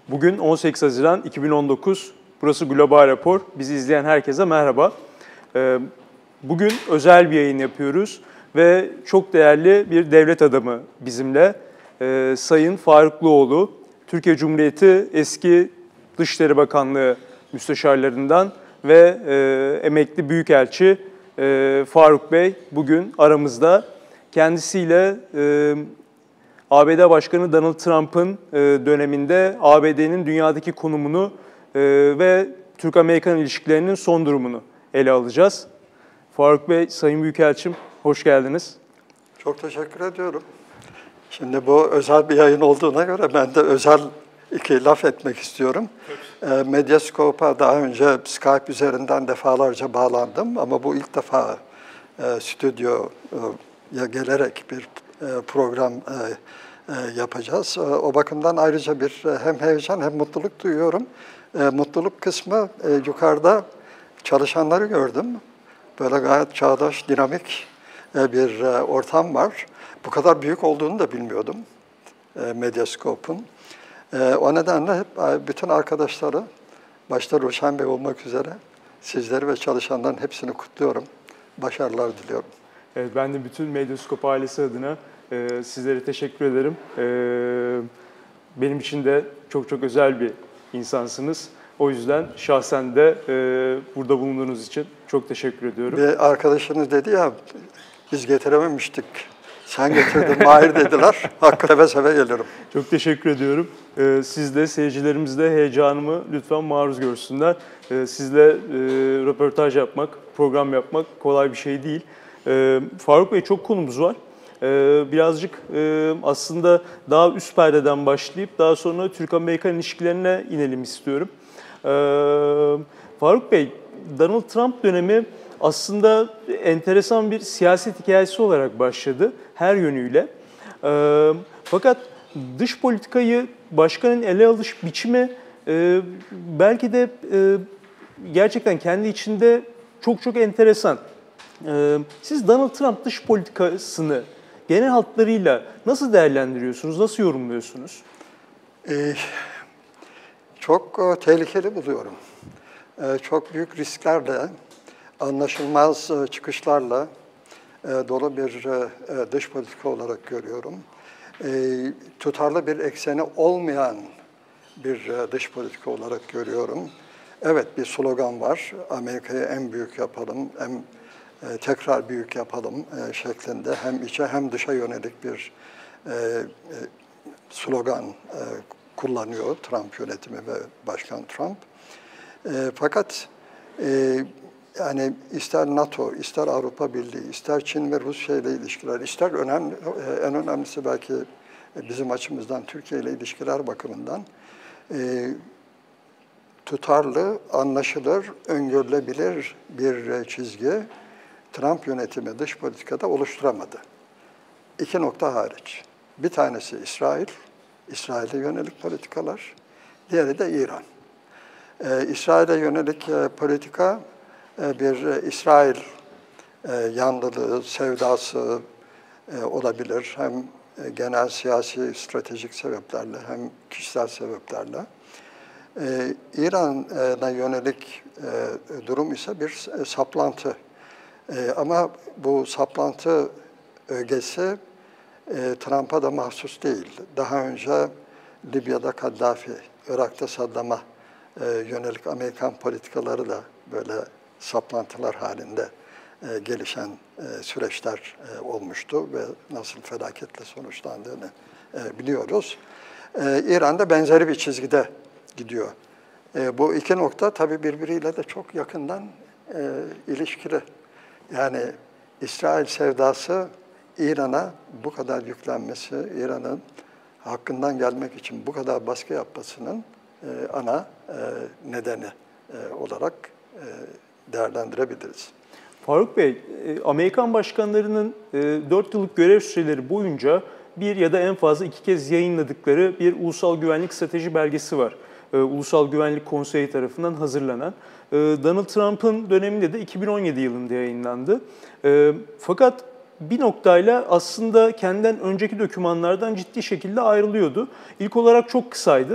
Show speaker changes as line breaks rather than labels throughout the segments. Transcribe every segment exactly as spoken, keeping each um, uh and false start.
Bugün on sekiz Haziran iki bin on dokuz, burası Global Rapor. Bizi izleyen herkese merhaba. Bugün özel bir yayın yapıyoruz ve çok değerli bir devlet adamı bizimle. Sayın Farukluoğlu, Türkiye Cumhuriyeti eski Dışişleri Bakanlığı müsteşarlarından ve emekli büyükelçi Faruk Bey bugün aramızda. Kendisiyle A B D Başkanı Donald Trump'ın döneminde A B D'nin dünyadaki konumunu ve Türk-Amerikan ilişkilerinin son durumunu ele alacağız. Faruk Bey, Sayın Büyükelçim, hoş geldiniz.
Çok teşekkür ediyorum. Şimdi bu özel bir yayın olduğuna göre ben de özel iki laf etmek istiyorum. Evet. Medyascope'a daha önce Skype üzerinden defalarca bağlandım ama bu ilk defa e, stüdyoya gelerek bir e, program e, e, yapacağız. E, o bakımdan ayrıca bir e, hem heyecan hem mutluluk duyuyorum. E, mutluluk kısmı e, yukarıda çalışanları gördüm. Böyle gayet çağdaş, dinamik e, bir e, ortam var. Bu kadar büyük olduğunu da bilmiyordum e, Medyascope'un. E, o nedenle hep bütün arkadaşları, başta Ruşen Bey olmak üzere sizleri ve çalışanların hepsini kutluyorum. Başarılar diliyorum.
Evet, ben de bütün Medyascope ailesi adına e, sizlere teşekkür ederim. E, benim için de çok çok özel bir insansınız. O yüzden şahsen de e, burada bulunduğunuz için çok teşekkür ediyorum.
Bir arkadaşınız dedi ya, biz getirememiştik. Sen getirdin, Mahir dediler. Hakkı seve seve gelirim.
Çok teşekkür ediyorum. Ee, siz de, seyircilerimiz de heyecanımı lütfen maruz görsünler. Ee, sizle e, röportaj yapmak, program yapmak kolay bir şey değil. Ee, Faruk Bey, çok konumuz var. Ee, birazcık e, aslında daha üst perdeden başlayıp daha sonra Türk-Amerikan ilişkilerine inelim istiyorum. Ee, Faruk Bey, Donald Trump dönemi aslında enteresan bir siyaset hikayesi olarak başladı her yönüyle. E, fakat dış politikayı başkanın ele alış biçimi e, belki de e, gerçekten kendi içinde çok çok enteresan. E, siz Donald Trump dış politikasını genel hatlarıyla nasıl değerlendiriyorsunuz, nasıl yorumluyorsunuz?
Ee, çok e, tehlikeli buluyorum. E, çok büyük risklerle, anlaşılmaz çıkışlarla e, dolu bir e, dış politika olarak görüyorum. E, tutarlı bir ekseni olmayan bir e, dış politika olarak görüyorum. Evet, bir slogan var, Amerika'yı en büyük yapalım, hem e, tekrar büyük yapalım e, şeklinde hem içe hem dışa yönelik bir e, e, slogan e, kullanıyor Trump yönetimi ve Başkan Trump. E, fakat e, yani ister NATO, ister Avrupa Birliği, ister Çin ve Rusya ile ilişkiler, ister önemli, en önemlisi belki bizim açımızdan Türkiye ile ilişkiler bakımından e, tutarlı, anlaşılır, öngörülebilir bir çizgi Trump yönetimi dış politikada oluşturamadı. İki nokta hariç. Bir tanesi İsrail, İsrail'e yönelik politikalar, diğeri de İran. E, İsrail'e yönelik e, politika bir İsrail yanlılığı, sevdası olabilir. Hem genel siyasi, stratejik sebeplerle hem kişisel sebeplerle. İran'a yönelik durum ise bir saplantı. Ama bu saplantı ögesi Trump'a da mahsus değil. Daha önce Libya'da Kaddafi, Irak'ta Saddam'a yönelik Amerikan politikaları da böyle saplantılar halinde e, gelişen e, süreçler e, olmuştu ve nasıl felaketle sonuçlandığını e, biliyoruz. E, İran'da benzeri bir çizgide gidiyor. E, bu iki nokta tabii birbiriyle de çok yakından e, ilişkili. Yani İsrail sevdası İran'a bu kadar yüklenmesi, İran'ın hakkından gelmek için bu kadar baskı yapmasının e, ana e, nedeni e, olarak e, değerlendirebiliriz.
Faruk Bey, Amerikan başkanlarının dört yıllık görev süreleri boyunca bir ya da en fazla iki kez yayınladıkları bir ulusal güvenlik strateji belgesi var. Ulusal Güvenlik Konseyi tarafından hazırlanan. Donald Trump'ın döneminde de iki bin on yedi yılında yayınlandı. Fakat bir noktayla aslında kendinden önceki dokümanlardan ciddi şekilde ayrılıyordu. İlk olarak çok kısaydı.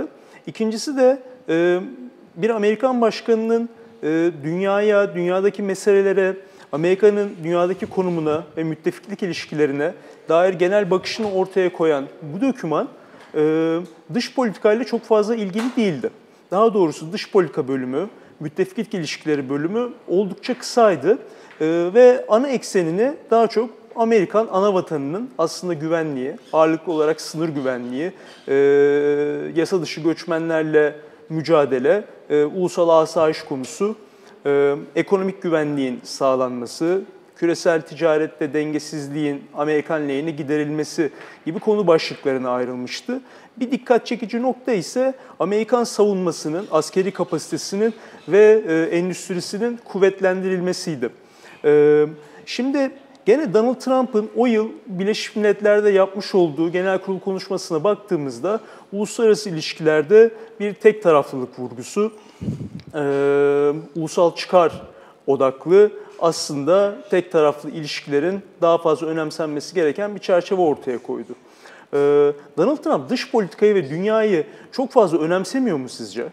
İkincisi de e, bir Amerikan başkanının e, dünyaya, dünyadaki meselelere, Amerika'nın dünyadaki konumuna ve müttefiklik ilişkilerine dair genel bakışını ortaya koyan bu doküman e, dış politikayla çok fazla ilgili değildi. Daha doğrusu dış politika bölümü, müttefiklik ilişkileri bölümü oldukça kısaydı e, ve ana eksenini daha çok Amerikan ana vatanının aslında güvenliği, ağırlıklı olarak sınır güvenliği, e, yasa dışı göçmenlerle mücadele, e, ulusal asayiş konusu, e, ekonomik güvenliğin sağlanması, küresel ticarette dengesizliğin Amerikan lehine giderilmesi gibi konu başlıklarına ayrılmıştı. Bir dikkat çekici nokta ise Amerikan savunmasının, askeri kapasitesinin ve e, endüstrisinin kuvvetlendirilmesiydi. E, şimdi gene Donald Trump'ın o yıl Birleşmiş Milletler'de yapmış olduğu genel kurul konuşmasına baktığımızda uluslararası ilişkilerde bir tek taraflılık vurgusu, e, ulusal çıkar odaklı, aslında tek taraflı ilişkilerin daha fazla önemsenmesi gereken bir çerçeve ortaya koydu. E, Donald Trump dış politikayı ve dünyayı çok fazla önemsemiyor mu sizce?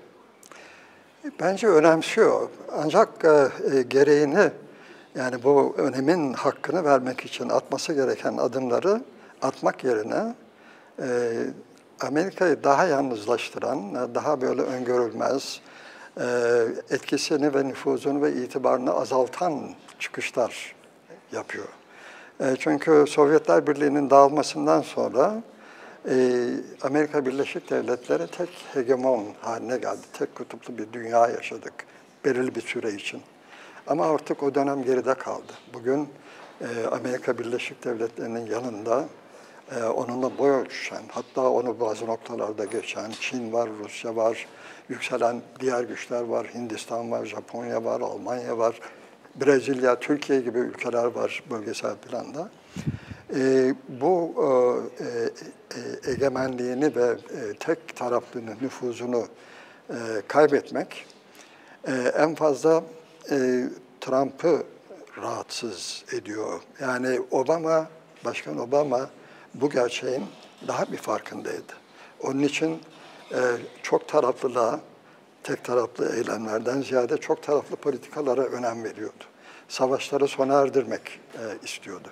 Bence önemsiyor. Ancak e, gereğini, yani bu önemin hakkını vermek için atması gereken adımları atmak yerine e, Amerika'yı daha yalnızlaştıran, daha böyle öngörülmez, e, etkisini ve nüfuzunu ve itibarını azaltan çıkışlar yapıyor. E, çünkü Sovyetler Birliği'nin dağılmasından sonra e, Amerika Birleşik Devletleri tek hegemon haline geldi. Tek kutuplu bir dünya yaşadık belirli bir süre için. Ama artık o dönem geride kaldı. Bugün e, Amerika Birleşik Devletleri'nin yanında e, onunla boy ölçüşen, hatta onu bazı noktalarda geçen Çin var, Rusya var, yükselen diğer güçler var, Hindistan var, Japonya var, Almanya var, Brezilya, Türkiye gibi ülkeler var bölgesel planda. E, bu e, e, egemenliğini ve e, tek taraflı nüfuzunu e, kaybetmek e, en fazla e, Trump'ı rahatsız ediyor. Yani Obama, Başkan Obama bu gerçeğin daha bir farkındaydı. Onun için e, çok taraflılığa, tek taraflı eylemlerden ziyade çok taraflı politikalara önem veriyordu. Savaşları sona erdirmek e, istiyordu.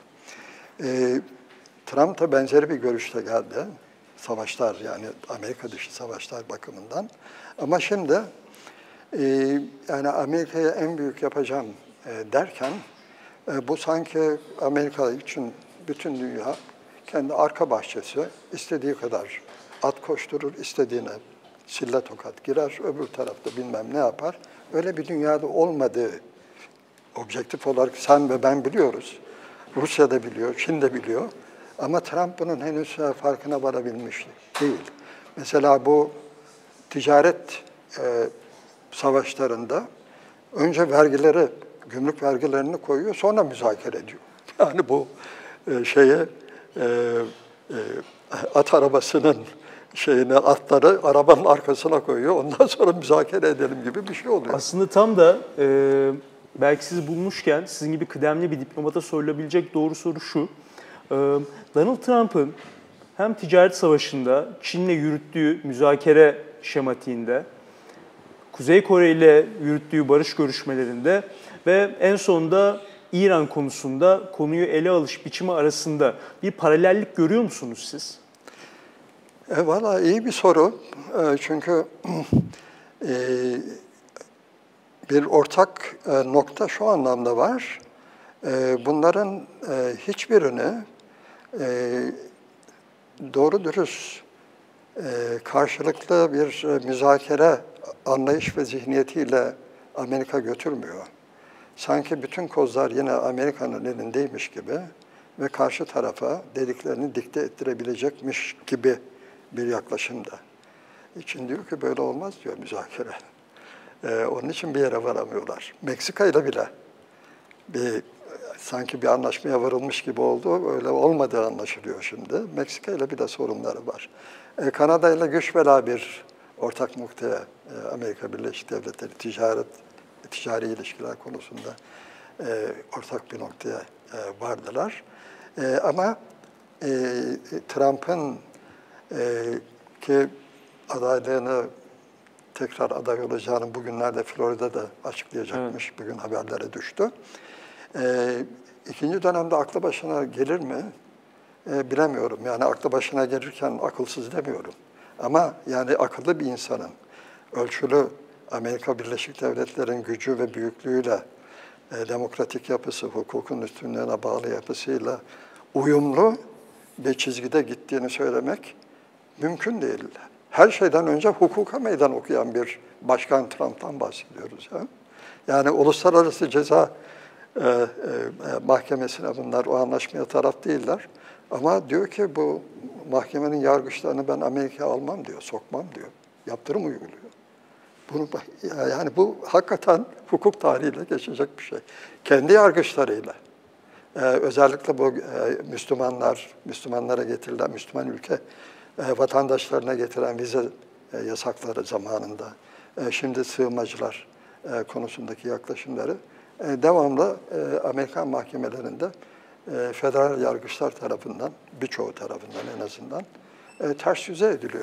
E, Trump da benzeri bir görüşte geldi. Savaşlar, yani Amerika dışı savaşlar bakımından. Ama şimdi e, yani Amerika'ya en büyük yapacağım e, derken e, bu sanki Amerika için bütün dünya kendi arka bahçesi, istediği kadar at koşturur, istediğine sille tokat girer, öbür tarafta bilmem ne yapar. Öyle bir dünyada olmadığı objektif olarak sen ve ben biliyoruz. Rusya da biliyor, Çin de biliyor. Ama Trump bunun henüz farkına varabilmiş değil. Mesela bu ticaret e, savaşlarında önce vergileri, gümrük vergilerini koyuyor, sonra müzakere ediyor. Yani bu e, şeye e, e, at arabasının şeyini, atları arabanın arkasına koyuyor, ondan sonra müzakere edelim gibi bir şey oluyor.
Aslında tam da e, belki sizi bulmuşken sizin gibi kıdemli bir diplomata sorulabilecek doğru soru şu. E, Donald Trump'ın hem ticaret savaşında Çin'le yürüttüğü müzakere şematiğinde, Kuzey Kore ile yürüttüğü barış görüşmelerinde ve en sonunda İran konusunda konuyu ele alış biçimi arasında bir paralellik görüyor musunuz siz?
E, Valla iyi bir soru. E, çünkü e, bir ortak e, nokta şu anlamda var. E, bunların e, hiçbirini e, doğru dürüst e, karşılıklı bir e, müzakere anlayış ve zihniyetiyle Amerika götürmüyor. Sanki bütün kozlar yine Amerika'nın elindeymiş gibi ve karşı tarafa dediklerini dikte ettirebilecekmiş gibi bir yaklaşımda. İçin diyor ki böyle olmaz diyor müzakere. Ee, onun için bir yere varamıyorlar. Meksika ile bile bir sanki bir anlaşmaya varılmış gibi oldu. Öyle olmadığı anlaşılıyor şimdi. Meksika ile bile sorunları var. Ee, Kanada ile güç bela bir ortak noktaya e, Amerika Birleşik Devletleri ticaret, ticari ilişkiler konusunda e, ortak bir noktaya e, vardılar. E, ama e, Trump'ın e, ki adaylığını tekrar aday olacağını bugünlerde Florida'da açıklayacakmış. Evet. Bugün haberlere düştü. E, ikinci dönemde aklı başına gelir mi? E, bilemiyorum. Yani aklı başına gelirken akılsız demiyorum. Ama yani akıllı bir insanın ölçülü Amerika Birleşik Devletleri'nin gücü ve büyüklüğüyle, e, demokratik yapısı, hukukun üstünlüğüne bağlı yapısıyla uyumlu bir çizgide gittiğini söylemek mümkün değil. Her şeyden önce hukuka meydan okuyan bir Başkan Trump'tan bahsediyoruz. Ya. Yani Uluslararası Ceza e, e, Mahkemesi'ne bunlar o anlaşmaya taraf değiller. Ama diyor ki bu mahkemenin yargıçlarını ben Amerika'ya almam diyor, sokmam diyor. Yaptırım uyguluyor. Bunu, yani bu hakikaten hukuk tarihiyle geçecek bir şey. Kendi yargıçlarıyla, e, özellikle bu e, Müslümanlar, Müslümanlara getirilen, Müslüman ülke e, vatandaşlarına getiren vize e, yasakları zamanında, e, şimdi sığınmacılar e, konusundaki yaklaşımları e, devamlı e, Amerikan mahkemelerinde e, federal yargıçlar tarafından, birçoğu tarafından en azından e, ters yüze ediliyor.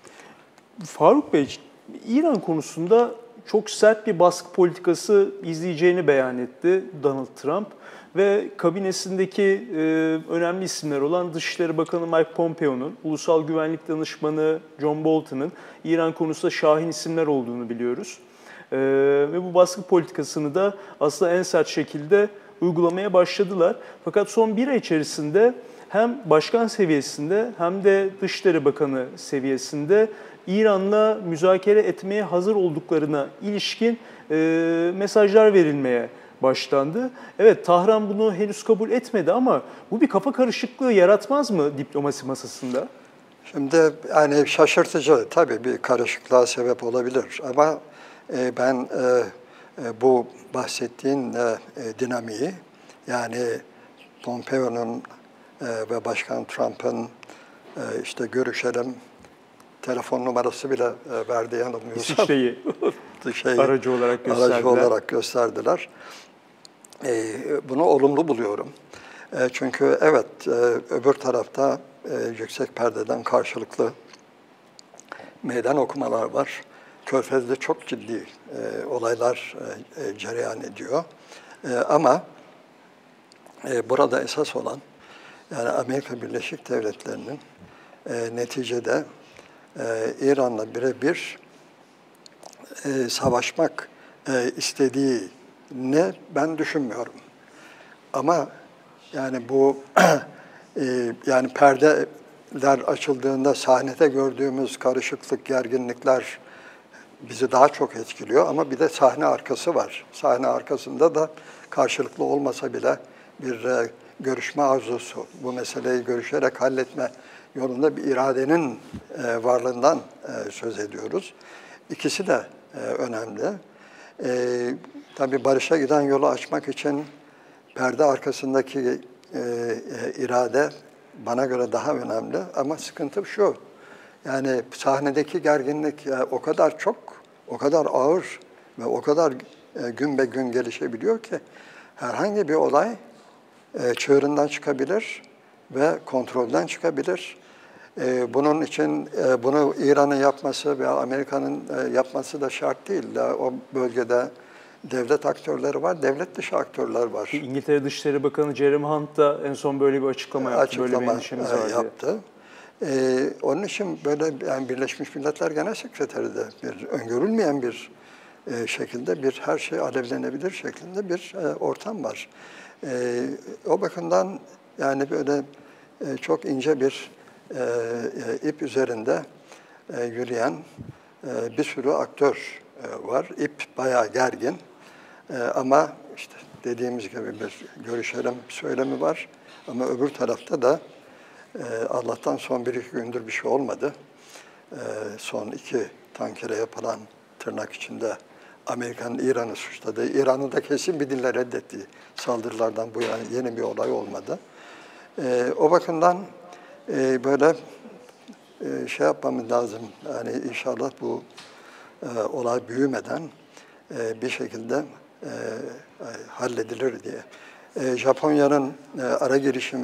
Faruk Bey, İran konusunda çok sert bir baskı politikası izleyeceğini beyan etti Donald Trump ve kabinesindeki e, önemli isimler olan Dışişleri Bakanı Mike Pompeo'nun, Ulusal Güvenlik Danışmanı John Bolton'ın İran konusunda şahin isimler olduğunu biliyoruz. E, ve bu baskı politikasını da aslında en sert şekilde uygulamaya başladılar. Fakat son bir ay içerisinde hem başkan seviyesinde hem de Dışişleri Bakanı seviyesinde İran'la müzakere etmeye hazır olduklarına ilişkin e, mesajlar verilmeye başlandı. Evet, Tahran bunu henüz kabul etmedi ama bu bir kafa karışıklığı yaratmaz mı diplomasi masasında?
Şimdi yani şaşırtıcı, tabii bir karışıklığa sebep olabilir ama e, ben e, e, bu bahsettiğin e, dinamiği, yani Pompeo'nun e, ve Başkan Trump'ın e, işte görüşelim, telefon numarası bile e, verdi yanılmıyorsam.
İsviçre'yi
şey,
aracı olarak gösterdiler.
Aracı olarak gösterdiler. E, bunu olumlu buluyorum. E, çünkü evet, e, öbür tarafta e, yüksek perdeden karşılıklı meydan okumalar var. Körfez'de çok ciddi e, olaylar e, e, cereyan ediyor. E, ama e, burada esas olan, yani Amerika Birleşik Devletleri'nin e, neticede e, İran'la birebir e, savaşmak e, istediğini ben düşünmüyorum. Ama yani bu e, yani perdeler açıldığında sahnede gördüğümüz karışıklık, gerginlikler bizi daha çok etkiliyor ama bir de sahne arkası var. Sahne arkasında da karşılıklı olmasa bile bir e, görüşme arzusu, bu meseleyi görüşerek halletme yolunda bir iradenin e, varlığından e, söz ediyoruz. İkisi de e, önemli. E, tabii barışa giden yolu açmak için perde arkasındaki e, e, irade bana göre daha önemli ama sıkıntı şu. Yani sahnedeki gerginlik e, o kadar çok, o kadar ağır ve o kadar e, gün be gün gelişebiliyor ki herhangi bir olay e, çığırından çıkabilir ve kontrolden çıkabilir. E, bunun için e, bunu İran'ın yapması veya Amerika'nın e, yapması da şart değil. Daha o bölgede devlet aktörleri var, devlet dışı aktörler var.
İngiltere Dışişleri Bakanı Jeremy Hunt da en son böyle bir açıklama yaptı.
Açıklama
böyle bir endişemiz var
yaptı. Ee, onun için böyle yani Birleşmiş Milletler Genel Sekreteri de bir öngörülmeyen bir e, şekilde bir her şey alevlenebilir şeklinde bir e, ortam var. E, o bakımdan yani böyle e, çok ince bir e, e, ip üzerinde e, yürüyen e, bir sürü aktör e, var. İp bayağı gergin e, ama işte dediğimiz gibi bir görüşelim söylemi var ama öbür tarafta da Ee, Allah'tan son bir iki gündür bir şey olmadı. Ee, son iki tankere yapılan tırnak içinde Amerika'nın İran'ı suçladığı, İran'ın da kesin bir dille reddettiği saldırılardan bu yani yeni bir olay olmadı. Ee, o bakımdan e, böyle e, şey yapmamız lazım. Yani inşallah bu e, olay büyümeden e, bir şekilde e, halledilir diye. E, Japonya'nın e, ara girişimi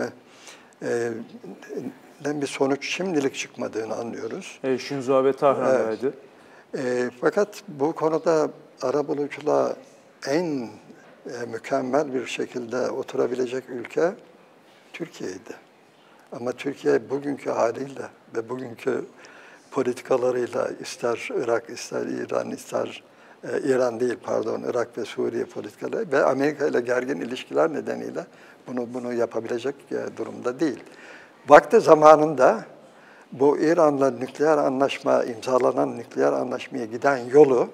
den bir sonuç şimdilik çıkmadığını anlıyoruz.
Evet, Shinzo Abe Tahran'daydı.
E, fakat bu konuda arabuluculuğa en e, mükemmel bir şekilde oturabilecek ülke Türkiye'ydi. Ama Türkiye bugünkü haliyle ve bugünkü politikalarıyla ister Irak, ister İran, ister e, İran değil pardon, Irak ve Suriye politikaları ve Amerika ile gergin ilişkiler nedeniyle bunu bunu yapabilecek e, durumda değil. Vakti zamanında bu İran'la nükleer anlaşma, imzalanan nükleer anlaşmaya giden yolu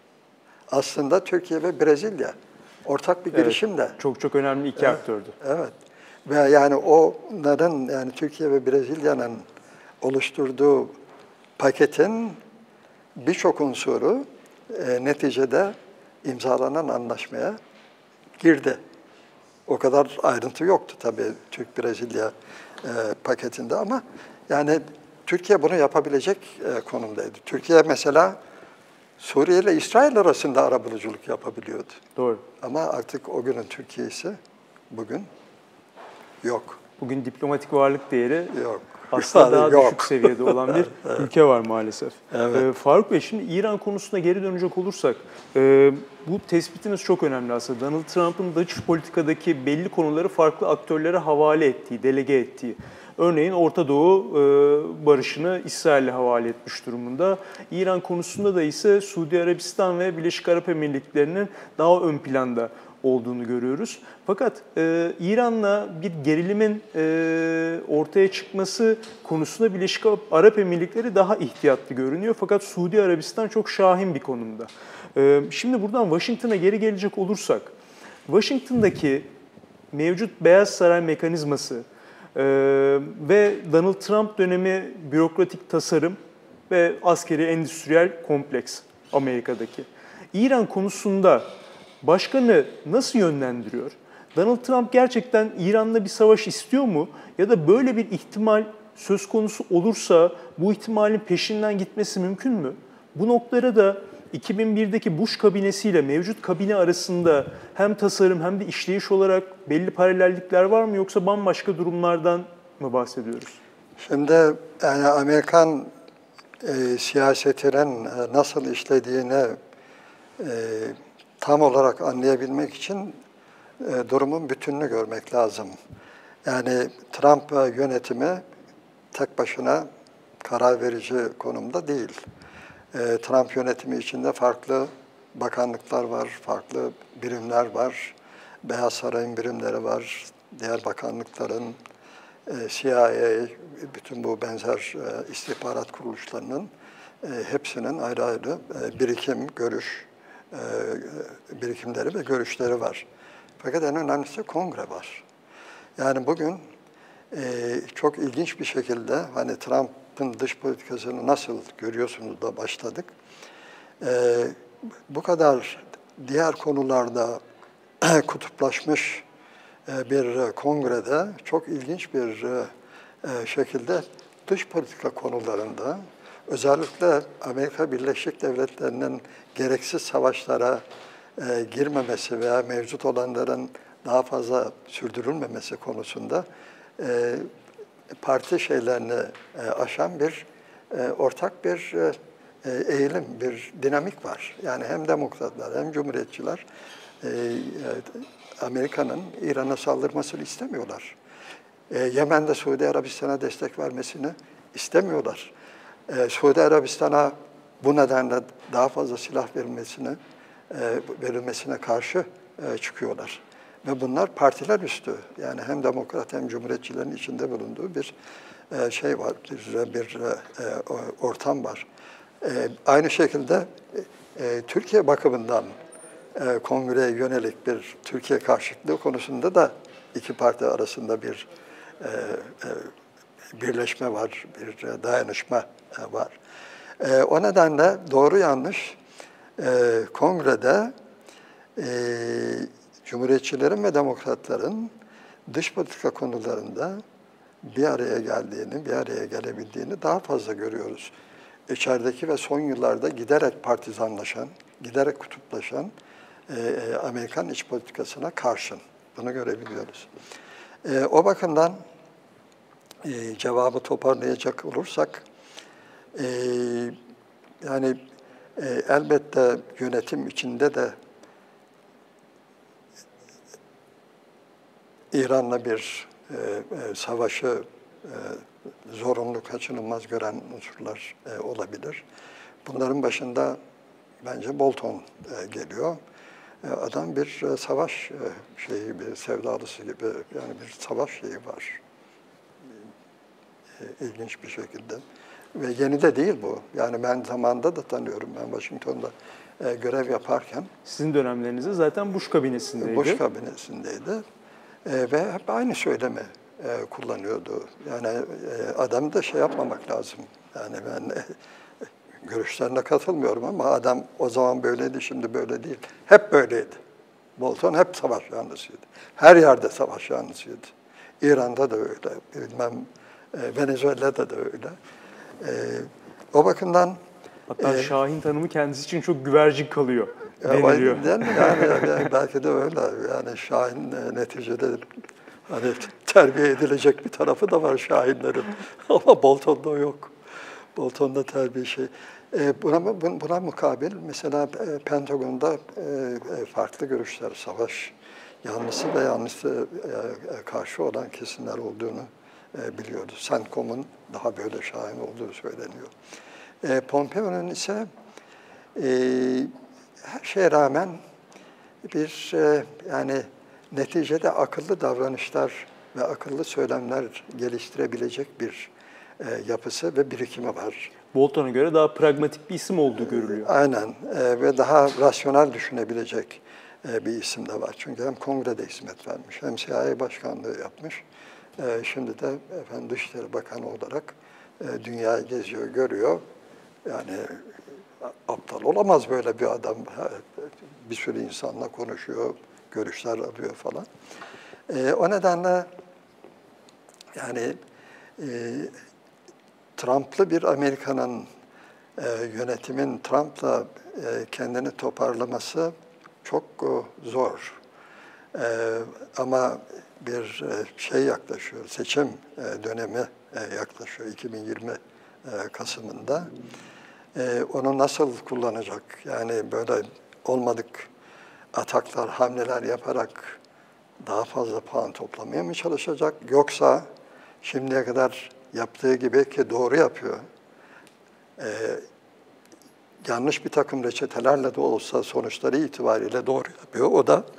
aslında Türkiye ve Brezilya ortak bir girişimle.
Evet, çok çok önemli iki
evet,
aktördü.
Evet. Ve yani onların, yani Türkiye ve Brezilya'nın oluşturduğu paketin birçok unsuru e, neticede imzalanan anlaşmaya girdi. O kadar ayrıntı yoktu tabii Türk-Brezilya e, paketinde ama yani Türkiye bunu yapabilecek e, konumdaydı. Türkiye mesela Suriye ile İsrail arasında arabuluculuk yapabiliyordu.
Doğru.
Ama artık o günün Türkiye'si bugün yok.
Bugün diplomatik varlık değeri
Yok.
aslında
Yani
daha
yok.
düşük seviyede olan bir evet. ülke var maalesef.
Evet.
Ee, Faruk Bey, şimdi İran konusuna geri dönecek olursak, e, bu tespitiniz çok önemli aslında. Donald Trump'ın dış politikadaki belli konuları farklı aktörlere havale ettiği, delege ettiği. Örneğin Orta Doğu e, barışını İsrail'e havale etmiş durumunda. İran konusunda da ise Suudi Arabistan ve Birleşik Arap Emirlikleri'nin daha ön planda olduğunu görüyoruz. Fakat e, İran'la bir gerilimin e, ortaya çıkması konusunda Birleşik Arap Emirlikleri daha ihtiyatlı görünüyor. Fakat Suudi Arabistan çok şahin bir konumda. E, şimdi buradan Washington'a geri gelecek olursak, Washington'daki mevcut Beyaz Saray mekanizması e, ve Donald Trump dönemi bürokratik tasarım ve askeri endüstriyel kompleks Amerika'daki. İran konusunda başkanı nasıl yönlendiriyor? Donald Trump gerçekten İran'la bir savaş istiyor mu? Ya da böyle bir ihtimal söz konusu olursa bu ihtimalin peşinden gitmesi mümkün mü? Bu noktada da iki bin birdeki Bush kabinesiyle mevcut kabine arasında hem tasarım hem de işleyiş olarak belli paralellikler var mı? Yoksa bambaşka durumlardan mı bahsediyoruz?
Şimdi yani Amerikan e, siyasetinin e, nasıl işlediğini e, tam olarak anlayabilmek için e, durumun bütününü görmek lazım. Yani Trump yönetimi tek başına karar verici konumda değil. E, Trump yönetimi içinde farklı bakanlıklar var, farklı birimler var. Beyaz Saray'ın birimleri var, diğer bakanlıkların, e, C I A, bütün bu benzer e, istihbarat kuruluşlarının e, hepsinin ayrı ayrı e, birikim, görüş, e, birikimleri ve görüşleri var. Fakat en önemlisi kongre var. Yani bugün e, çok ilginç bir şekilde hani Trump'ın dış politikasını nasıl görüyorsunuz da başladık. E, bu kadar diğer konularda kutuplaşmış e, bir kongrede çok ilginç bir e, şekilde dış politika konularında özellikle Amerika Birleşik Devletleri'nin gereksiz savaşlara e, girmemesi veya mevcut olanların daha fazla sürdürülmemesi konusunda e, parti şeylerini e, aşan bir e, ortak bir e, eğilim, bir dinamik var. Yani hem demokratlar hem cumhuriyetçiler e, Amerika'nın İran'a saldırmasını istemiyorlar. E, Yemen'de Suudi Arabistan'a destek vermesini istemiyorlar. E, Suudi Arabistan'a bu nedenle daha fazla silah verilmesine e, verilmesine karşı e, çıkıyorlar. Ve bunlar partiler üstü. Yani hem demokrat hem cumhuriyetçilerin içinde bulunduğu bir e, şey var, bir, bir e, ortam var. E, aynı şekilde e, Türkiye bakımından e, kongreye yönelik bir Türkiye karşıtlığı konusunda da iki parti arasında bir e, e, birleşme var, bir e, dayanışma e, var. E, o nedenle doğru yanlış e, kongrede e, Cumhuriyetçilerin ve demokratların dış politika konularında bir araya geldiğini, bir araya gelebildiğini daha fazla görüyoruz. İçerideki ve son yıllarda giderek partizanlaşan, giderek kutuplaşan e, Amerikan iç politikasına karşın. Bunu görebiliyoruz. E, o bakımdan e, cevabı toparlayacak olursak, e, yani E, elbette yönetim içinde de İran'la bir e, e, savaşı e, zorunlu, kaçınılmaz gören unsurlar e, olabilir. Bunların başında bence Bolton e, geliyor. E, adam bir e, savaş e, şeyi gibi, sevdalısı gibi, yani bir savaş şeyi var. E, ilginç bir şekilde. Ve yeni de değil bu. Yani ben zamanında da tanıyorum. Ben Washington'da e, görev yaparken.
Sizin dönemlerinizde zaten Bush kabinesindeydi.
Bush kabinesindeydi. E, ve hep aynı söylemi e, kullanıyordu. Yani e, adam da şey yapmamak lazım. Yani ben e, görüşlerine katılmıyorum ama adam o zaman böyleydi, şimdi böyle değil. Hep böyleydi. Bolton hep savaş yanlısıydı. Her yerde savaş yanlısıydı. İran'da da öyle, bilmem e, Venezuela'da da öyle. E, o bakımdan...
Hatta
e,
Şahin tanımı kendisi için çok güvercin kalıyor
deniliyor.
deniliyor.
Yani, yani belki de öyle. Yani Şahin e, neticede hani terbiye edilecek bir tarafı da var Şahinlerin. Ama Bolton'da o yok. Bolton'da terbiye şey. E, buna, buna mukabil mesela e, Pentagon'da e, farklı görüşler, savaş yanlısı ve yanlısı e, karşı olan kesimler olduğunu e, biliyordu. CENTCOM'un daha böyle Şahin olduğu söyleniyor. E, Pompeo'nun ise e, her şeye rağmen bir e, yani neticede akıllı davranışlar ve akıllı söylemler geliştirebilecek bir e, yapısı ve birikimi var.
Bolton'a göre daha pragmatik bir isim olduğu görülüyor.
Aynen e, ve daha rasyonel düşünebilecek e, bir isim de var. Çünkü hem kongrede hizmet vermiş, hem C I A başkanlığı yapmış. E, şimdi de efendim Dışişleri Bakanı olarak e, dünyayı geziyor, görüyor. Yani aptal olamaz böyle bir adam. Bir sürü insanla konuşuyor, görüşler alıyor falan. E, o nedenle yani e, Trump'lı bir Amerika'nın e, yönetimin Trump'la e, kendini toparlaması çok e, zor. E, ama bir e, şey yaklaşıyor, seçim e, dönemi e, yaklaşıyor iki bin yirmi e, Kasım'ında. E, onu nasıl kullanacak? Yani böyle olmadık ataklar, hamleler yaparak daha fazla puan toplamaya mı çalışacak? Yoksa şimdiye kadar yaptığı gibi ki doğru yapıyor. Ee, yanlış bir takım reçetelerle de olsa sonuçları itibariyle doğru yapıyor. O da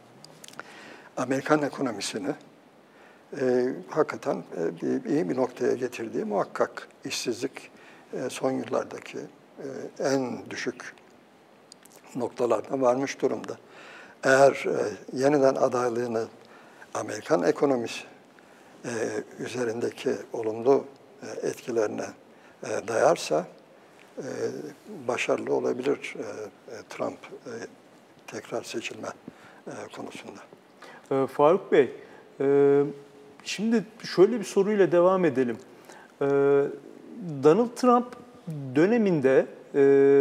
Amerikan ekonomisini e, hakikaten e, bir, iyi bir noktaya getirdiği muhakkak. İşsizlik e, son yıllardaki e, en düşük noktalarına varmış durumda. Eğer e, yeniden adaylığını Amerikan ekonomisi e, üzerindeki olumlu e, etkilerine e, dayarsa e, başarılı olabilir e, Trump e, tekrar seçilme e, konusunda.
Ee, Faruk Bey, e, şimdi şöyle bir soruyla devam edelim. Ee, Donald Trump döneminde e,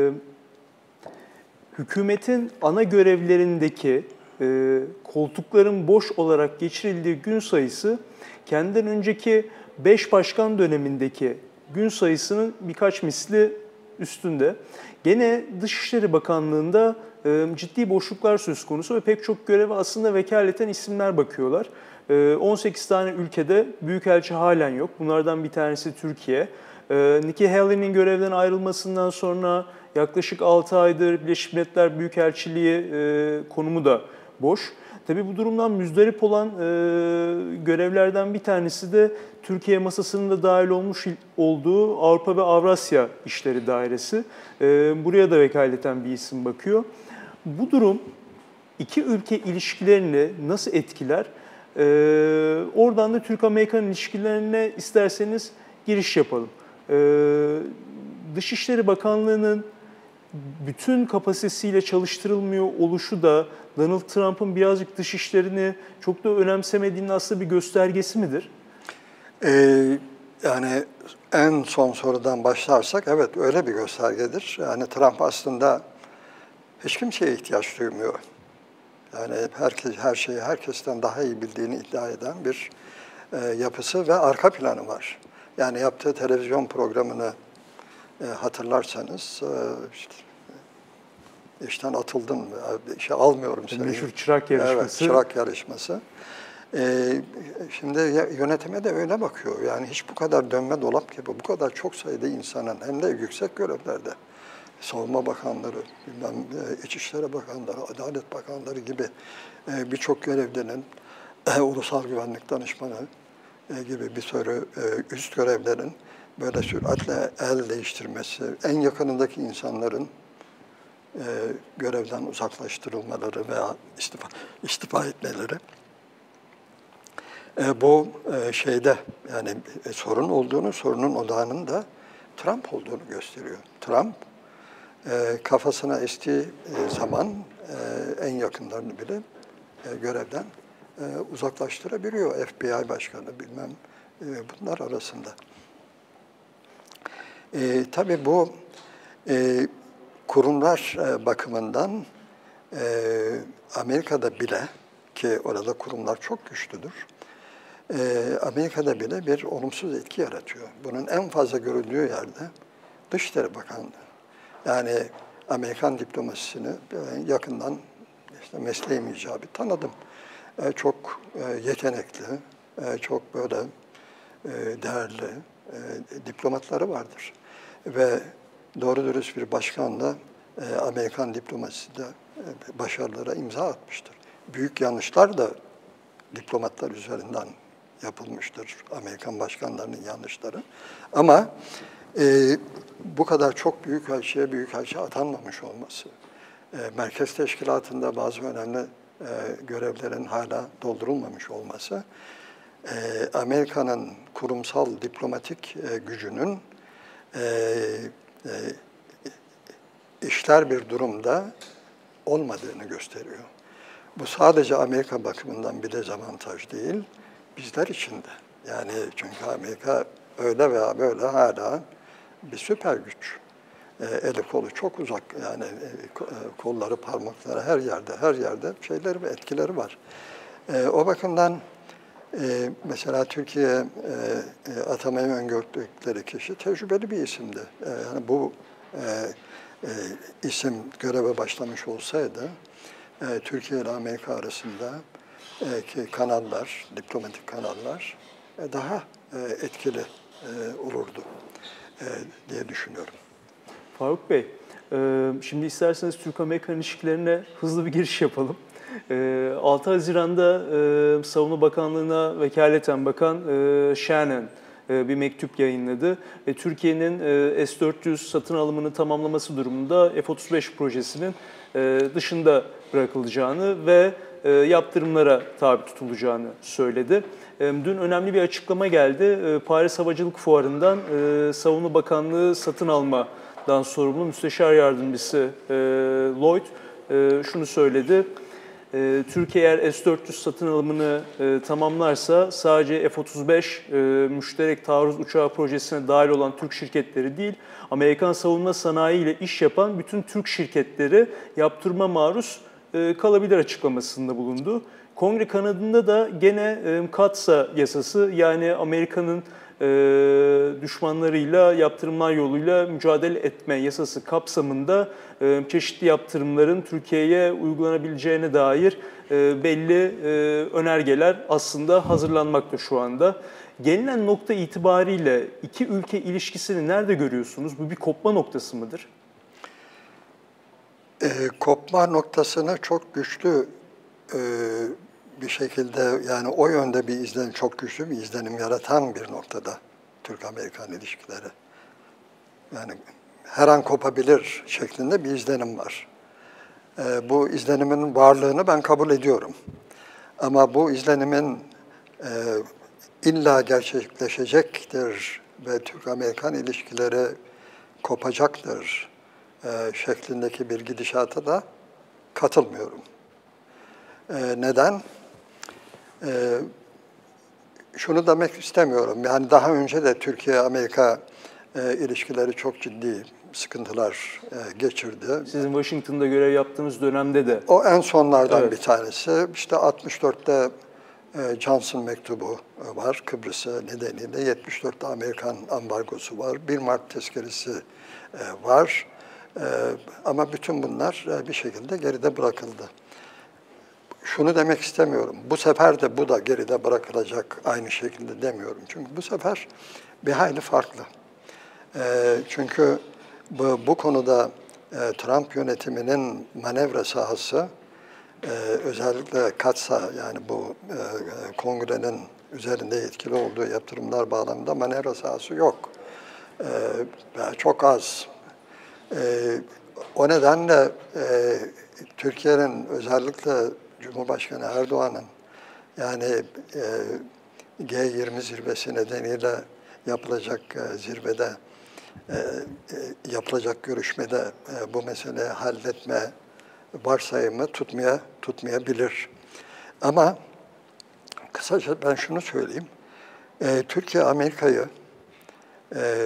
hükümetin ana görevlerindeki e, koltukların boş olarak geçirildiği gün sayısı kendinden önceki beş başkan dönemindeki gün sayısının birkaç misli üstünde. Gene Dışişleri Bakanlığı'nda e, ciddi boşluklar söz konusu ve pek çok göreve aslında vekaleten isimler bakıyorlar. E, on sekiz tane ülkede büyükelçi halen yok. Bunlardan bir tanesi Türkiye. E, Nikki Haley'nin görevden ayrılmasından sonra yaklaşık altı aydır Birleşmiş Milletler Büyükelçiliği e, konumu da boş. Tabii bu durumdan müzdarip olan e, görevlerden bir tanesi de Türkiye masasının da dahil olmuş olduğu Avrupa ve Avrasya İşleri Dairesi. E, buraya da vekaleten bir isim bakıyor. Bu durum iki ülke ilişkilerini nasıl etkiler? E, oradan da Türk-Amerikan ilişkilerine isterseniz giriş yapalım. E, Dışişleri Bakanlığı'nın bütün kapasitesiyle çalıştırılmıyor oluşu da Donald Trump'ın birazcık dış işlerini çok da önemsemediğinin aslında bir göstergesi midir?
Ee, yani en son sorudan başlarsak evet öyle bir göstergedir. Yani Trump aslında hiç kimseye ihtiyaç duymuyor. Yani herkes her şeyi herkesten daha iyi bildiğini iddia eden bir e, yapısı ve arka planı var. Yani yaptığı televizyon programını e, hatırlarsanız e, işte işten atıldın mı, işe almıyorum seni.
Meşhur çırak yarışması.
Evet, çırak yarışması. Ee, şimdi yönetime de öyle bakıyor. Yani hiç bu kadar dönme dolap gibi, bu kadar çok sayıda insanın hem de yüksek görevlerde, Savunma Bakanları, bilmem, İçişleri Bakanları, Adalet Bakanları gibi birçok görevlinin, Ulusal Güvenlik Danışmanı gibi bir sürü üst görevlerin böyle süratle el değiştirmesi, en yakınındaki insanların görevden uzaklaştırılmaları veya istifa, istifa etmeleri. Bu şeyde yani sorun olduğunu, sorunun odağının da Trump olduğunu gösteriyor. Trump kafasına estiği zaman en yakınlarını bile görevden uzaklaştırabiliyor. F B I başkanı bilmem bunlar arasında. E, tabii bu e, kurumlar bakımından e, Amerika'da bile, ki orada kurumlar çok güçlüdür, e, Amerika'da bile bir olumsuz etki yaratıyor. Bunun en fazla görüldüğü yerde Dışişleri Bakanlığı. Yani Amerikan diplomasisini yakından işte mesleğim icabı tanıdım. E, çok e, yetenekli, e, çok böyle e, değerli e, diplomatları vardır. Ve doğru dürüst bir başkanla e, Amerikan diplomasisinde e, başarılara imza atmıştır. Büyük yanlışlar da diplomatlar üzerinden yapılmıştır, Amerikan başkanlarının yanlışları. Ama e, bu kadar çok büyükelçiye büyükelçi atanmamış olması, e, Merkez Teşkilatı'nda bazı önemli e, görevlerin hala doldurulmamış olması, e, Amerika'nın kurumsal diplomatik e, gücünün e, e, işler bir durumda olmadığını gösteriyor. Bu sadece Amerika bakımından bir dezavantaj değil, bizler için de. Yani çünkü Amerika öyle veya böyle hala bir süper güç. E, eli kolu çok uzak, yani e, kolları, parmakları her yerde, her yerde şeyleri ve etkileri var. E, o bakımdan e, mesela Türkiye'ye e, atamayı öngördükleri kişi tecrübeli bir isimdi. E, yani bu e, e, isim göreve başlamış olsaydı, e, Türkiye ile Amerika arasında e, ki kanallar, diplomatik kanallar e, daha e, etkili e, olurdu e, diye düşünüyorum.
Faruk Bey, şimdi isterseniz Türk-Amerikan ilişkilerine hızlı bir giriş yapalım. altı Haziran'da Savunma Bakanlığı'na vekaleten bakan Shannon bir mektup yayınladı. Türkiye'nin S dört yüz satın alımını tamamlaması durumunda F otuz beş projesinin dışında bırakılacağını ve yaptırımlara tabi tutulacağını söyledi. Dün önemli bir açıklama geldi. Paris Havacılık Fuarı'ndan Savunma Bakanlığı satın almadan sorumlu Müsteşar Yardımcısı Lloyd şunu söyledi. Türkiye eğer S dört yüz satın alımını tamamlarsa sadece F otuz beş müşterek taarruz uçağı projesine dahil olan Türk şirketleri değil, Amerikan savunma sanayi ile iş yapan bütün Türk şirketleri yaptırıma maruz kalabilir açıklamasında bulundu. Kongre kanadında da gene Katsa yasası, yani Amerika'nın düşmanlarıyla yaptırımlar yoluyla mücadele etme yasası kapsamında çeşitli yaptırımların Türkiye'ye uygulanabileceğine dair belli önergeler aslında hazırlanmakta şu anda. Gelinen nokta itibariyle iki ülke ilişkisini nerede görüyorsunuz? Bu bir kopma noktası mıdır?
E, kopma noktasını çok güçlü e, bir şekilde, yani o yönde bir izlenim, çok güçlü bir izlenim yaratan bir noktada Türk-Amerikan ilişkileri. Yani her an kopabilir şeklinde bir izlenim var. E, bu izlenimin varlığını ben kabul ediyorum. Ama bu izlenimin e, illa gerçekleşecektir ve Türk-Amerikan ilişkileri kopacaktır e, şeklindeki bir gidişata da katılmıyorum. E, neden? E, şunu demek istemiyorum. Yani daha önce de Türkiye-Amerika e, ilişkileri çok ciddi sıkıntılar e, geçirdi.
Sizin Washington'da görev yaptığınız dönemde de.
O en sonlardan
evet.
bir tanesi. İşte altmış dörtte e, Johnson mektubu var Kıbrıs'a nedeniyle. yetmiş dörtte Amerikan ambargosu var. bir Mart tezkeresi e, var. E, ama bütün bunlar e, bir şekilde geride bırakıldı. Şunu demek istemiyorum. Bu sefer de bu da geride bırakılacak aynı şekilde demiyorum. Çünkü bu sefer bir hayli farklı. E, çünkü bu, bu konuda e, Trump yönetiminin manevra sahası e, özellikle katsa yani bu e, kongrenin üzerinde etkili olduğu yaptırımlar bağlamında manevra sahası yok. E, çok az. E, o nedenle e, Türkiye'nin özellikle Cumhurbaşkanı Erdoğan'ın yani e, G yirmi zirvesi nedeniyle yapılacak e, zirvede, e, e, yapılacak görüşmede e, bu meseleyi halletme varsayımı tutmaya tutmayabilir. Ama kısaca ben şunu söyleyeyim. E, Türkiye Amerika'yı e,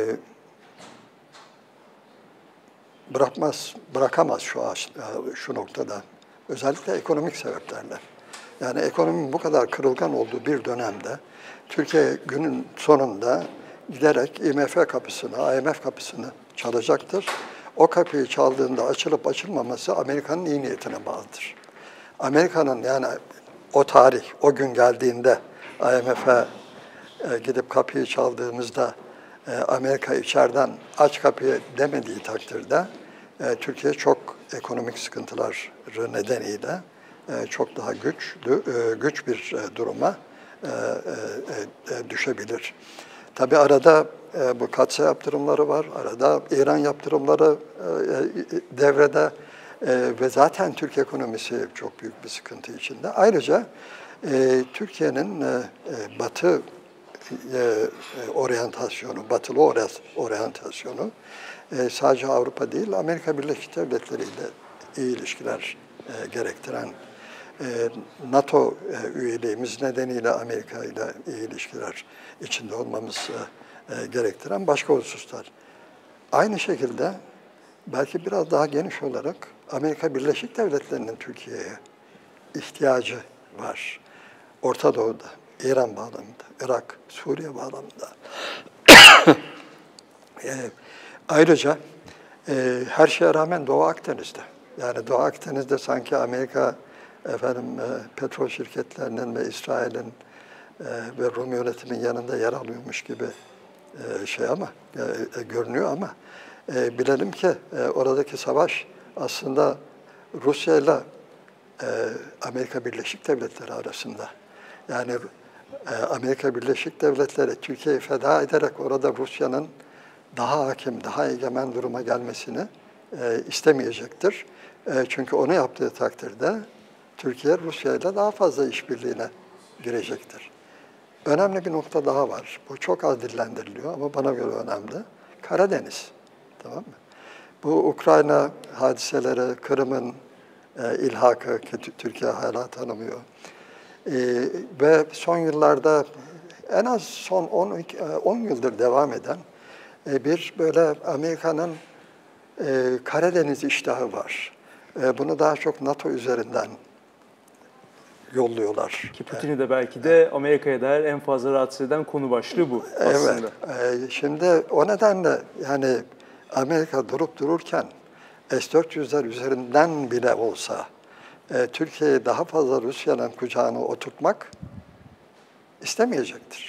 bırakmaz, bırakamaz şu şu noktada. Özellikle ekonomik sebeplerle. Yani ekonominin bu kadar kırılgan olduğu bir dönemde Türkiye günün sonunda giderek I M F kapısını, I M F kapısını çalacaktır. O kapıyı çaldığında açılıp açılmaması Amerika'nın iyi niyetine bağlıdır. Amerika'nın yani o tarih, o gün geldiğinde I M F'e gidip kapıyı çaldığımızda Amerika içeriden aç kapıyı demediği takdirde Türkiye çok ekonomik sıkıntılar nedeniyle çok daha güçlü, güç bir duruma düşebilir. Tabii arada bu katsa yaptırımları var, arada İran yaptırımları devrede ve zaten Türk ekonomisi çok büyük bir sıkıntı içinde. Ayrıca Türkiye'nin Batı oryantasyonu, batılı oryantasyonu sadece Avrupa değil, Amerika Birleşik Devletleri ile iyi ilişkiler gerektiren, NATO üyeliğimiz nedeniyle Amerika ile iyi ilişkiler içinde olmamız gerektiren başka hususlar. Aynı şekilde belki biraz daha geniş olarak Amerika Birleşik Devletleri'nin Türkiye'ye ihtiyacı var. Orta Doğu'da, İran bağlamında, Irak, Suriye bağlamında. e, ayrıca e, her şeye rağmen Doğu Akdeniz'de. Yani Doğu Akdeniz'de sanki Amerika efendim e, petrol şirketlerinin ve İsrail'in e, ve Rum yönetimin yanında yer alıyormuş gibi e, şey ama e, e, görünüyor ama e, bilelim ki e, oradaki savaş aslında Rusya ile Amerika Birleşik Devletleri arasında. Yani Amerika Birleşik Devletleri Türkiye'yi feda ederek orada Rusya'nın daha hakim, daha egemen duruma gelmesini istemeyecektir. Çünkü onu yaptığı takdirde Türkiye Rusya ile daha fazla işbirliğine girecektir. Önemli bir nokta daha var. Bu çok az dillendiriliyor ama bana göre önemli. Karadeniz. Tamam mı? Bu Ukrayna hadiseleri, Kırım'ın e, ilhakı ki Türkiye hala tanımıyor. E, ve son yıllarda en az son on yıldır devam eden e, bir böyle Amerika'nın e, Karadeniz iştahı var. E, bunu daha çok NATO üzerinden yolluyorlar.
Ki Putin'i de belki de Amerika'ya dair en fazla rahatsız eden konu başlığı bu aslında.
Evet. E, şimdi o nedenle yani Amerika durup dururken S dört yüzler üzerinden bile olsa e, Türkiye'yi daha fazla Rusya'nın kucağına oturtmak istemeyecektir.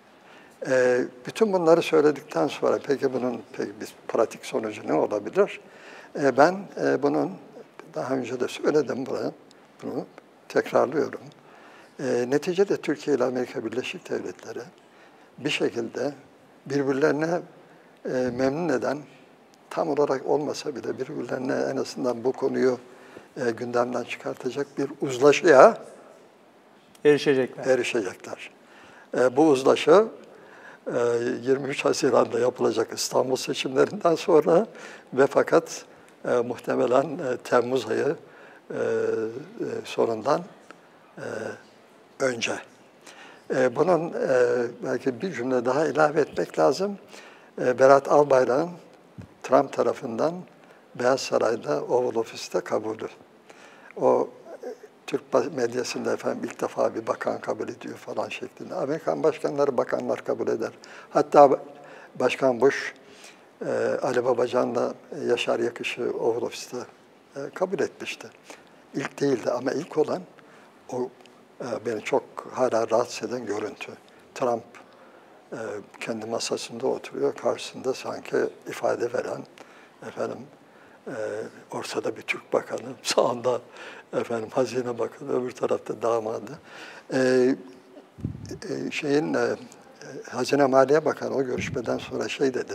E, bütün bunları söyledikten sonra peki bunun peki bir pratik sonucu ne olabilir? E, ben e, bunun daha önce de söyledim bunu, bunu tekrarlıyorum. E, neticede Türkiye ile Amerika Birleşik Devletleri bir şekilde birbirlerine e, memnun eden, tam olarak olmasa bile birbirlerine en azından bu konuyu e, gündemden çıkartacak bir uzlaşıya
erişecekler.
erişecekler. E, bu uzlaşı e, yirmi üç Haziran'da yapılacak İstanbul seçimlerinden sonra ve fakat e, muhtemelen e, Temmuz ayı e, e, sonundan e, önce. E, bunun e, belki bir cümle daha ilave etmek lazım. E, Berat Albayrak'ın Trump tarafından Beyaz Saray'da Oval Office'te kabulü. O Türk medyasında efendim ilk defa bir bakan kabul ediyor falan şeklinde. Amerikan başkanları bakanlar kabul eder. Hatta Başkan Bush Ali Babacan'la Yaşar Yakış'ı Oval Office'te kabul etmişti. İlk değildi ama ilk olan o beni çok hala rahatsız eden görüntü. Trump kendi masasında oturuyor, karşısında sanki ifade veren, efendim, ortada bir Türk bakanı, sağında efendim Hazine Bakanı, öbür tarafta damadı. Şeyin Hazine Maliye Bakanı o görüşmeden sonra şey dedi.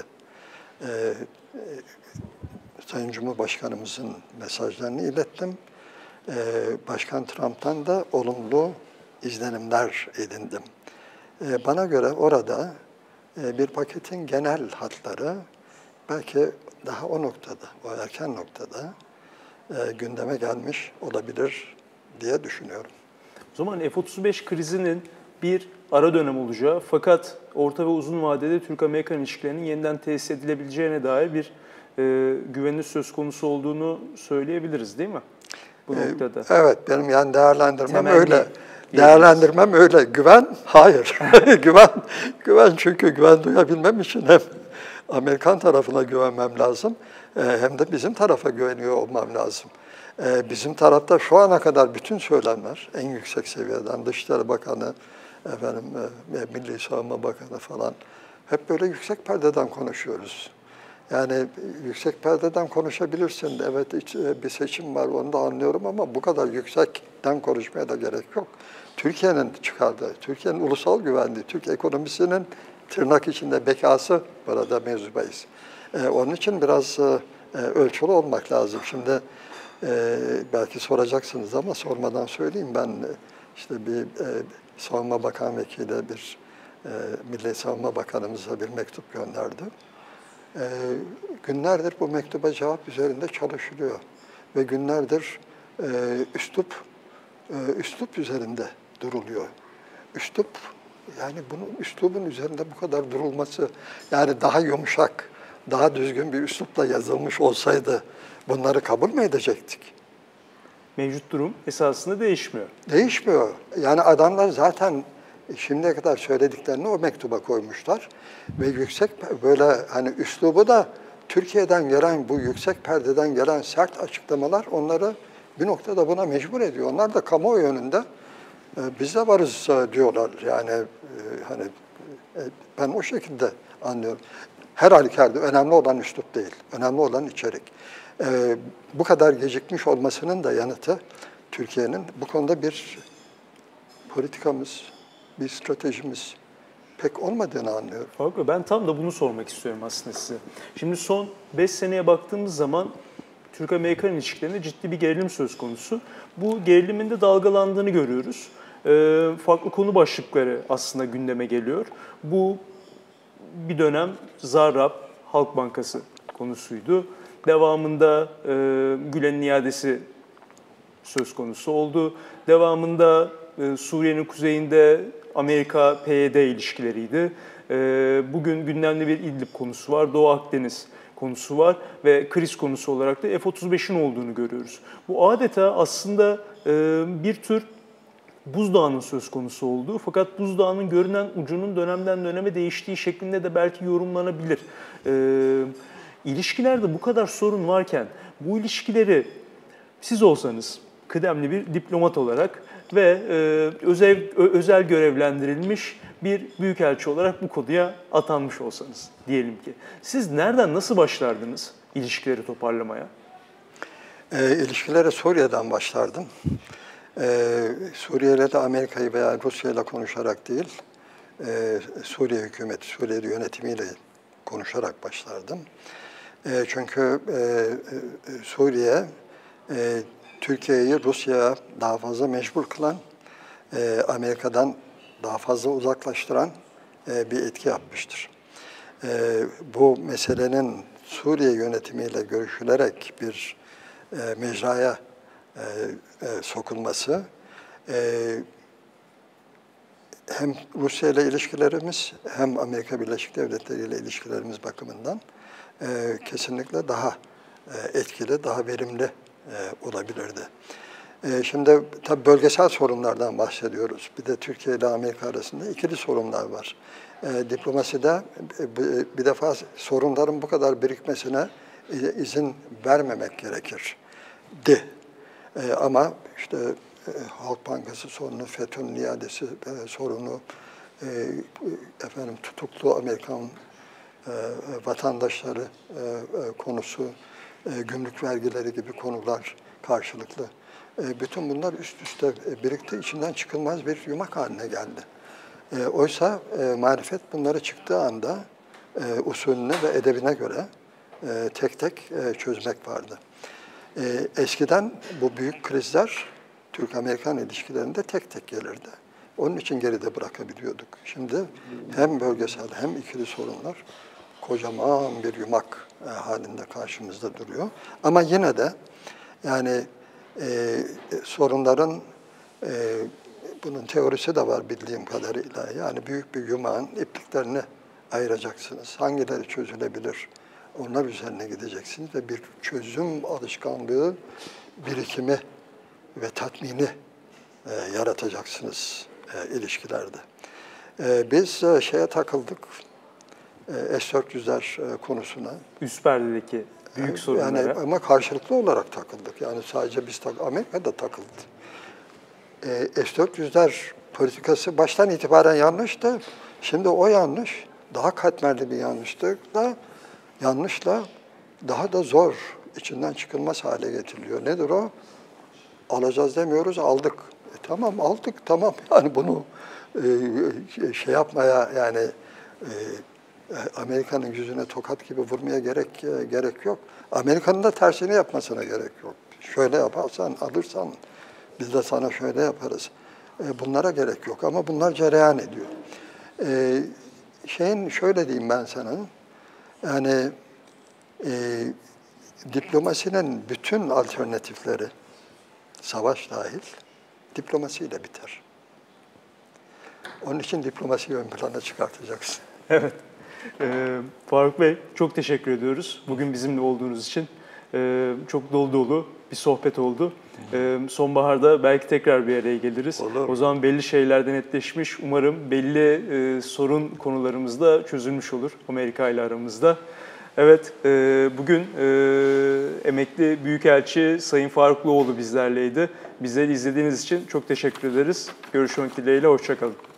Sayın Cumhurbaşkanımızın mesajlarını ilettim. Başkan Trump'tan da olumlu izlenimler edindim. Bana göre orada bir paketin genel hatları belki daha o noktada, o erken noktada gündeme gelmiş olabilir diye düşünüyorum.
O zaman F otuz beş krizinin bir ara dönem olacağı fakat orta ve uzun vadede Türk-Amerikan ilişkilerinin yeniden tesis edilebileceğine dair bir e, güveni söz konusu olduğunu söyleyebiliriz değil mi? Bu
ee,
noktada.
Evet, benim yani değerlendirmem
Temenni
öyle. Değerlendirmem öyle. Güven, hayır. güven, güven çünkü güven duyabilmem için hem Amerikan tarafına güvenmem lazım, hem de bizim tarafa güveniyor olmam lazım. Bizim tarafta şu ana kadar bütün söylemler, en yüksek seviyeden Dışişleri Bakanı, efendim, Milli Savunma Bakanı falan, hep böyle yüksek perdeden konuşuyoruz. Yani yüksek perdeden konuşabilirsin, evet bir seçim var onu da anlıyorum ama bu kadar yüksekten konuşmaya da gerek yok. Türkiye'nin çıkardığı, Türkiye'nin ulusal güvenliği, Türk ekonomisinin tırnak içinde bekası burada mevzu bahis. Ee, onun için biraz e, ölçülü olmak lazım. Şimdi e, belki soracaksınız ama sormadan söyleyeyim. Ben işte bir e, Savunma Bakan Vekili, bir e, Milli Savunma Bakanımıza bir mektup gönderdi. E, günlerdir bu mektuba cevap üzerinde çalışılıyor. Ve günlerdir e, üslup, e, üslup üzerinde duruluyor. Üslup, yani bunun üslubun üzerinde bu kadar durulması, yani daha yumuşak, daha düzgün bir üslupla yazılmış olsaydı bunları kabul mü edecektik?
Mevcut durum esasında değişmiyor.
Değişmiyor. Yani adamlar zaten şimdiye kadar söylediklerini o mektuba koymuşlar. Ve yüksek böyle hani üslubu da Türkiye'den gelen bu yüksek perdeden gelen sert açıklamalar onları bir noktada buna mecbur ediyor. Onlar da kamuoyu önünde biz de varız diyorlar. Yani hani ben o şekilde anlıyorum. Her halükarda önemli olan üslup değil, önemli olan içerik. Ee, bu kadar gecikmiş olmasının da yanıtı Türkiye'nin bu konuda bir politikamız, bir stratejimiz pek olmadığını anlıyorum.
Faruk Bey, ben tam da bunu sormak istiyorum aslında size. Şimdi son beş seneye baktığımız zaman Türk-Amerikan ilişkilerinde ciddi bir gerilim söz konusu. Bu gerilimin de dalgalandığını görüyoruz. Ee, farklı konu başlıkları aslında gündeme geliyor. Bu bir dönem Zarrab, Halk Bankası konusuydu. Devamında e, Gülen'in iadesi söz konusu oldu. Devamında e, Suriye'nin kuzeyinde Amerika-P Y D ilişkileriydi. E, bugün gündemde bir İdlib konusu var, Doğu Akdeniz konusu var ve kriz konusu olarak da F otuz beşin olduğunu görüyoruz. Bu adeta aslında e, bir tür buzdağının söz konusu olduğu fakat buzdağının görünen ucunun dönemden döneme değiştiği şeklinde de belki yorumlanabilir. Ee, ilişkilerde bu kadar sorun varken bu ilişkileri siz olsanız kıdemli bir diplomat olarak ve e, özel, özel görevlendirilmiş bir büyükelçi olarak bu konuya atanmış olsanız diyelim ki. Siz nereden nasıl başlardınız ilişkileri toparlamaya?
E, ilişkilere Suriye'den başlardım. Ee, Suriye'yle de Amerika'yı veya Rusya'yla konuşarak değil, e, Suriye hükümeti, Suriye yönetimiyle konuşarak başlardım. E, çünkü e, Suriye, e, Türkiye'yi Rusya'ya daha fazla mecbur kılan, e, Amerika'dan daha fazla uzaklaştıran e, bir etki yapmıştır. E, bu meselenin Suriye yönetimiyle görüşülerek bir e, mecraya E, e, sokulması e, hem Rusya ile ilişkilerimiz hem Amerika Birleşik Devletleri ile ilişkilerimiz bakımından e, kesinlikle daha e, etkili, daha verimli e, olabilirdi. E, şimdi tabii bölgesel sorunlardan bahsediyoruz. Bir de Türkiye ile Amerika arasında ikili sorunlar var. E, diplomaside bir defa sorunların bu kadar birikmesine izin vermemek gerekir. De. E, ama işte e, Halk Bankası sorunu, FETÖ'nün iadesi e, sorunu, e, efendim tutuklu Amerikan e, vatandaşları e, e, konusu, e, gümrük vergileri gibi konular karşılıklı. E, bütün bunlar üst üste birikti, içinden çıkılmaz bir yumak haline geldi. E, oysa e, marifet bunları çıktığı anda e, usulüne ve edebine göre e, tek tek e, çözmek vardı. E, eskiden bu büyük krizler Türk-Amerikan ilişkilerinde tek tek gelirdi. Onun için geride bırakabiliyorduk. Şimdi hem bölgesel hem ikili sorunlar kocaman bir yumak e, halinde karşımızda duruyor. Ama yine de yani e, sorunların e, bunun teorisi de var bildiğim kadarıyla. Yani büyük bir yumağın ipliklerini ayıracaksınız. Hangileri çözülebilir? Onlar üzerine gideceksiniz ve bir çözüm alışkanlığı, birikimi ve tatmini e, yaratacaksınız e, ilişkilerde. E, biz e, şeye takıldık, e, S dört yüzler e, konusuna.
Üst perdedeki büyük sorunlara.
Yani ama karşılıklı olarak takıldık. Yani sadece biz tak, Amerika da takıldı. E, S dört yüzler politikası baştan itibaren yanlıştı. Şimdi o yanlış daha katmerli bir yanlışlıkla, yanlışla daha da zor içinden çıkılmaz hale getiriliyor. Nedir o? Alacağız demiyoruz, aldık. E, tamam aldık, tamam. Yani bunu e, şey yapmaya yani e, Amerika'nın yüzüne tokat gibi vurmaya gerek e, gerek yok. Amerika'nın da tersini yapmasına gerek yok. Şöyle yaparsan, alırsan biz de sana şöyle yaparız. E, bunlara gerek yok ama bunlar cereyan ediyor. E, şeyin şöyle diyeyim ben sana, yani e, diplomasinin bütün alternatifleri, savaş dahil, diplomasiyle biter. Onun için diplomasiyi ön plana çıkartacaksın.
Evet. Ee, Faruk Bey, çok teşekkür ediyoruz bugün bizimle olduğunuz için. Ee, çok dolu dolu bir sohbet oldu. Ee, sonbaharda belki tekrar bir araya geliriz.
Olur.
O zaman belli şeyler de netleşmiş. Umarım belli e, sorun konularımız da çözülmüş olur Amerika ile aramızda. Evet, e, bugün e, emekli Büyükelçi Sayın Farukluoğlu bizlerleydi. Bizleri izlediğiniz için çok teşekkür ederiz. Görüşmek dileğiyle, hoşça kalın.